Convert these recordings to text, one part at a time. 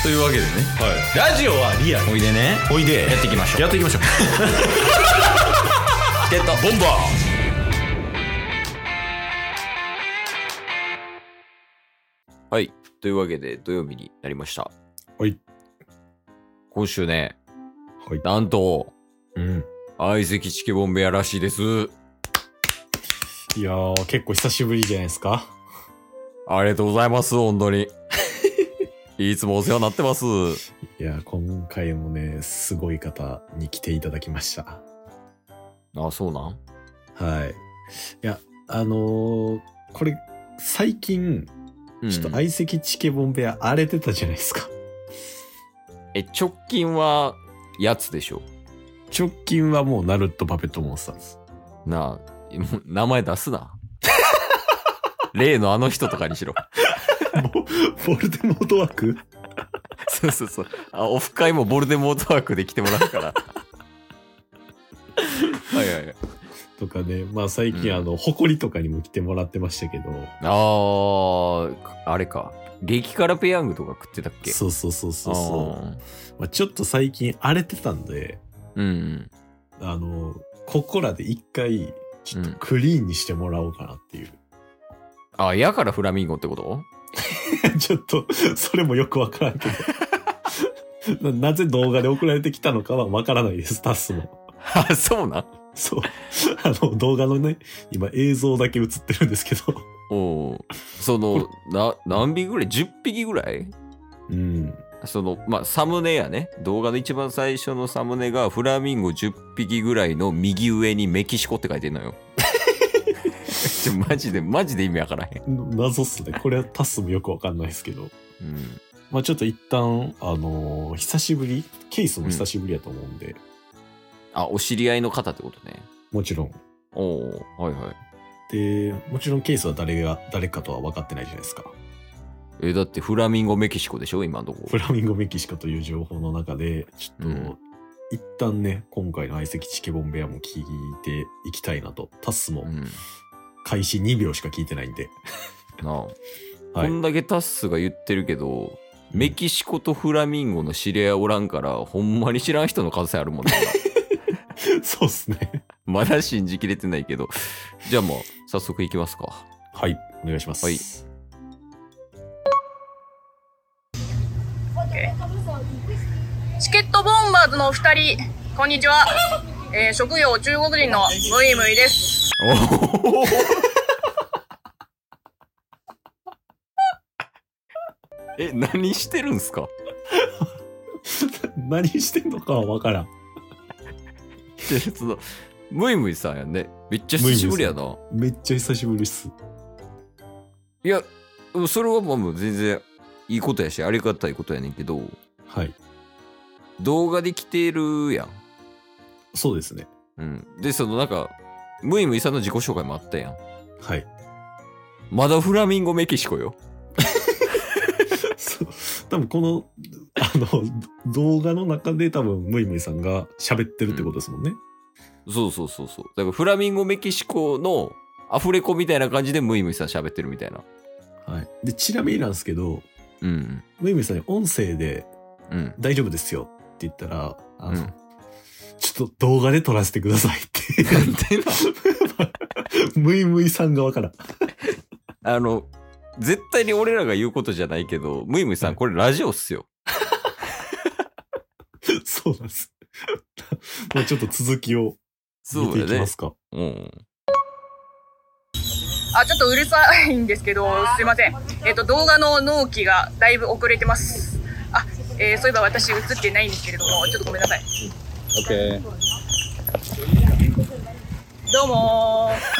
というわけでね、 ラジオはリアル。 おいでね、 おいでやっていきましょう。 やっていきましょう。 チケットボンバー。はい、というわけで土曜日になりました。 はい。 今週ね、 はい。 なんとうん。 相席チケボンベアらしいです。 いやー、結構久しぶりじゃないですか。 ありがとうございます、本当に。いつもお世話になってます。 いや、今回もね、すごい方に来ていただきました。 あ、そうなん？ はい。いや、これ、最近、ちょっと相席チケボンベア荒れてたじゃないですか。 直近はやつでしょ。 直近はもうナルトパペットモンスターです。 なあ、もう名前出すな。例のあの人とかにしろ。 ボルデモート枠そうそうそう。オフ会もボルデモート枠で来てもらうから。はいはいはい。 とかね、まあ最近誇りとかにも来てもらってましたけど。 あれか。激辛ペヤングとか食ってたっけ？ そうそうそうそうそう。まあ、ちょっと最近荒れてたんで、 うん。 ここらで一回、ちょっとクリーンにしてもらおうかなっていう。 やからフラミンゴってこと？ ちょっと、それもよくわからんけど。なぜ動画で送られてきたのかはわからないです、タスも。 あ、そうなん？ そう。動画のね、今映像だけ映ってるんですけど。 何匹ぐらい？ 10 匹ぐらい？ うん。 サムネやね。動画の一番最初のサムネがフラミンゴ10匹ぐらいの右上にメキシコって書いてんのよ。マジで意味わからへん。 謎っすね。これはタスもよくわかんないですけど。 うん。 まあちょっと一旦、久しぶり、ケースも久しぶりやと思うんで。 お知り合いの方ってことね。 もちろん。 はいはい。 で、もちろんケースは誰かとは分かってないじゃないですか。 だってフラミンゴメキシコでしょ今のとこ。 フラミンゴメキシコという情報の中で、ちょっと、一旦ね、今回の相席チケボンベアも聞いていきたいなと。タスも、開始2秒しか聞いてないんで。 はい、こんだけタスが言ってるけど、メキシコとフラミンゴの知り合いおらんから、ほんまに知らん人の数あるもんね。 そうっすね。 まだ信じきれてないけど。じゃあもう、早速いきますか。 はい、お願いします。はい。 チケットボンバーズのお二人、こんにちは。職業中国人のムイムイです。 何してるんすか？ 何してんのかはわからん。 ムイムイさんやね。めっちゃ久しぶりやな。 めっちゃ久しぶりっす。 いや、それはもう全然いいことやし、ありがたいことやねんけど。 はい。 動画で来てるやん。 そうですね。 うん。で、ムイムイさんの自己紹介もあったやん。 はい。 まだフラミンゴメキシコよ。 多分この、動画の中で多分ムイムイさんが喋ってるってことですもんね。 そう。だからフラミンゴメキシコのアフレコみたいな感じでムイムイさん喋ってるみたいな。 はい。で、ちなみになんですけど、ムイムイさんに音声で、大丈夫ですよって言ったら、ちょっと動画で撮らせてくださいって。なんでなムイムイさんがわからん。 絶対に俺らが言うことじゃないけど、ムイムイさん、これラジオっすよ。 そうなんです。もうちょっと続きを見ていきますか。 ちょっとうるさいんですけど、すいません。動画の納期がだいぶ遅れてます。そういえば私映ってないんですけれども、ちょっとごめんなさい。 OK。 どうもー。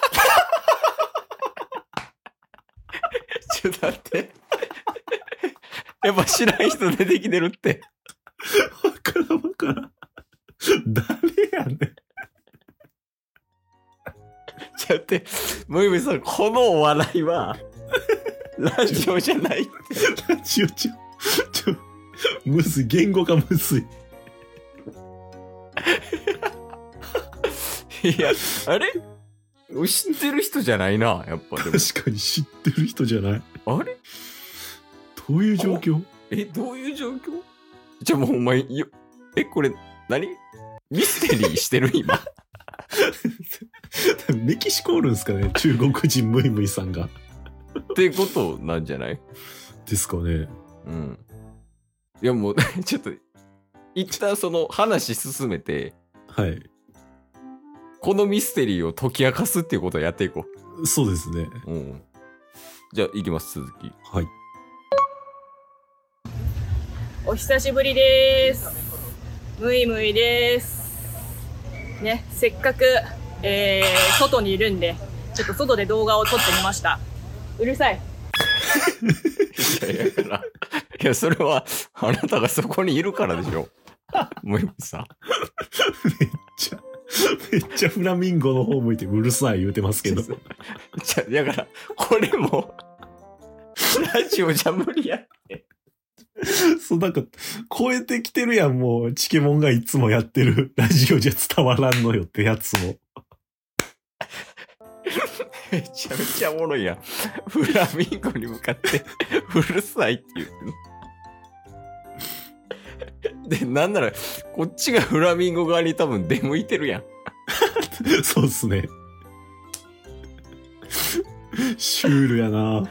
ちょっと待って。やっぱ知らん人出てきてるって。 わからん。誰やねん。 ちょっと待って、ムイムイさん、このお笑いは、ラジオじゃないって。 ラジオむずい。言語がむずい。 いや、あれ知ってる人じゃないな、やっぱ。 確かに知ってる人じゃない。 あれどういう状況？ どういう状況？じゃあもうお前これ何？ミステリーしてる今。 メキシコおるんすかね、中国人ムイムイさんが。 ってことなんじゃない？ ですかね。 うん。いやもうちょっと一旦その話進めて、 はい。 このミステリーを解き明かすっていうことをやっていこう。そうですね。 うん。じゃあ行きます、続き。 はい。 お久しぶりです。ムイムイです。ね、せっかく、外にいるんで、ちょっと外で動画を撮ってみました。うるさい。 いや、それは、あなたがそこにいるからでしょ。ムイムイさん。 めっちゃフラミンゴの方向いてうるさい言うてますけど。だから、これも、ラジオじゃ無理やって。 そう、なんか、超えてきてるやん、もう、チケモンがいつもやってるラジオじゃ伝わらんのよってやつも。 めちゃめちゃおもろいやん。フラミンゴに向かって、うるさいって言ってる。で、なんなら、こっちがフラミンゴ側に多分出向いてるやん。 そうっすね。シュールやな。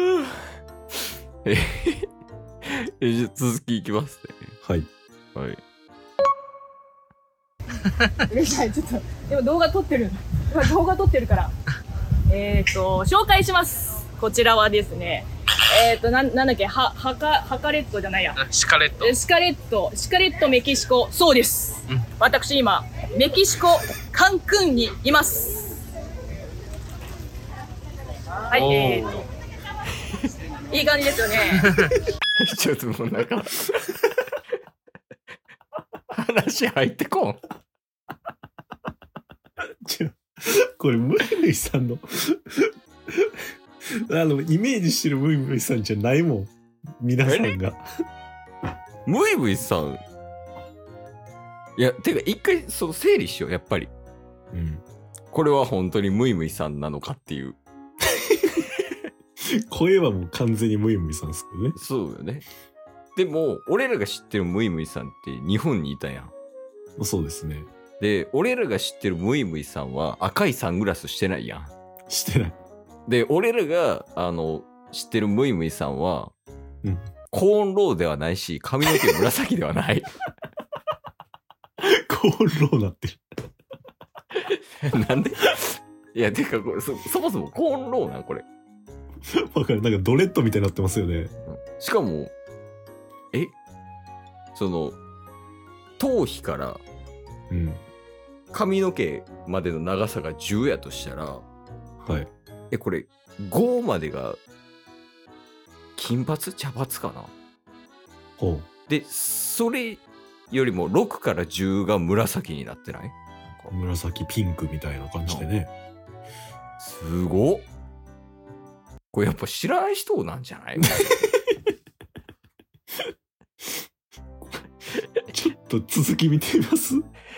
じゃ続きいきますね。 はい。 はい。 うるさい、ちょっと、今動画撮ってる。今動画撮ってるから。紹介します。こちらはですね、なんだっけ、ハカレットじゃないや。 シカレット。 シカレットメキシコ。そうです。うん、私今、メキシコ、カンクンにいます。はい、いい感じですよね。 ちょっともうなんか、話入ってこん。 これ、ムイムイさんのイメージしてるムイムイさんじゃないもん。皆さんが。 ムイムイさん。いや、てか一回その整理しよう、やっぱり。 うん。 これは本当にムイムイさんなのかっていう。 声はもう完全にムイムイさんですけどね。 そうよね。でも、俺らが知ってるムイムイさんって日本にいたやん。 そうですね。 で、俺らが知ってるムイムイさんは赤いサングラスしてないやん。 してない。 で、俺らが、知ってるムイムイさんは、 うん、 コーンローではないし、髪の毛紫ではない。 コーンローなってる。なんで？いや、てかこれそもそもコーンローなんこれ。 わかる。なんかドレッドみたいになってますよね。 しかも、頭皮から、 うん。 髪の毛までの長さが10やとしたら、 はい。 これ5までが金髪茶髪かな。 ほう。 で、それよりも6から10が紫になってない？ 紫ピンクみたいな感じでね。 すごっ。これやっぱ知らん人なんじゃない？ ちょっと続き見てみます？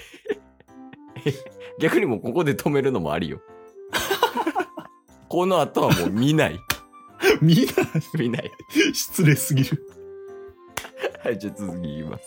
逆にもうここで止めるのもありよ。この後はもう見ない。見ない。 失礼すぎる。 はい、じゃあ続き言います。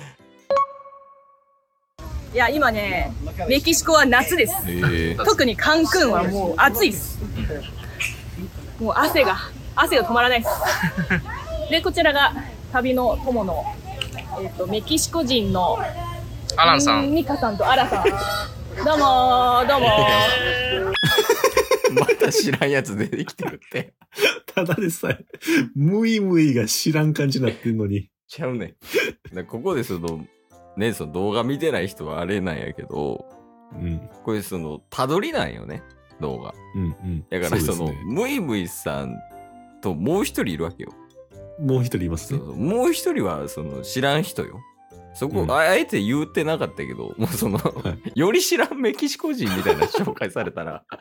いや、今ね、メキシコは夏です。特にカンクンはもう暑いです。もう汗が止まらないです。で、こちらが旅の友の、メキシコ人のアランさん。 ミカさんとアラさん。どうもー。 また知らんやつ出てきてるって。 ただでさえ、ムイムイが知らん感じになってんのに。 ちゃうね。ここでその動画見てない人はあれなんやけど、 うん、 これたどりなんよね、動画。 うんうん。 だからムイムイさんともう一人いるわけよ。 もう一人いますね。 もう一人は知らん人よ。そこ、あえて言ってなかったけど、もうはい、より知らんメキシコ人みたいな紹介されたら、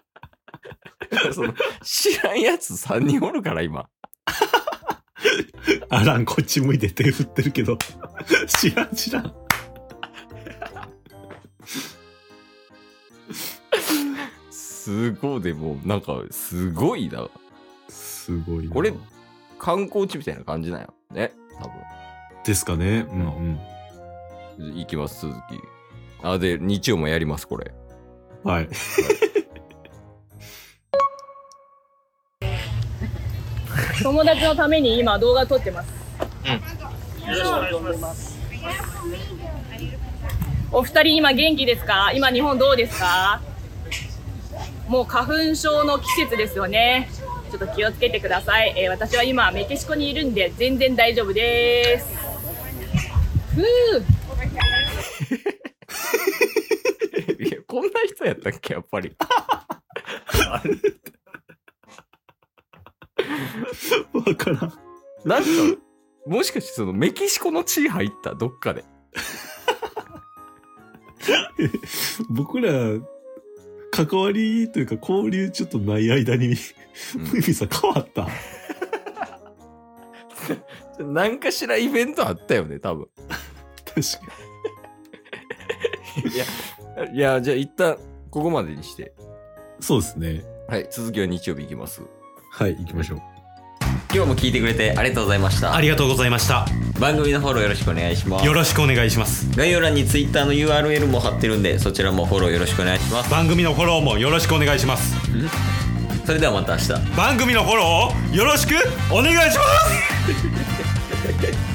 知らんやつ3人おるから今。 アランこっち向いて手振ってるけど、知らん。 すごい、でもなんかすごいな。 すごいな。 これ観光地みたいな感じなんよね。 多分。 ですかね。うんうん。いきます、続き。で、日曜もやります、これ。 はい。 友達のために今動画撮ってます。よろしくお願いします。お二人今元気ですか？今日本どうですか？もう花粉症の季節ですよね。ちょっと気をつけてください。私は今メキシコにいるんで全然大丈夫です。 いや、こんな人やったっけやっぱり。 わからん。 なんかもしかしてそのメキシコの血入ったどっかで。 僕ら関わりというか交流ちょっとない間に、ふみさん変わった。 なんかしらイベントあったよね、多分。 確かに。いや、じゃあ一旦ここまでにして。 そうですね。 はい、続きは日曜日いきます。 はい、行きましょう。 今日も聞いてくれてありがとうございました。 ありがとうございました。 番組のフォローよろしくお願いします。 よろしくお願いします。 概要欄に Twitter の URL も貼ってるんで、そちらもフォローよろしくお願いします。 番組のフォローもよろしくお願いします。 それではまた明日。 番組のフォローをよろしくお願いします。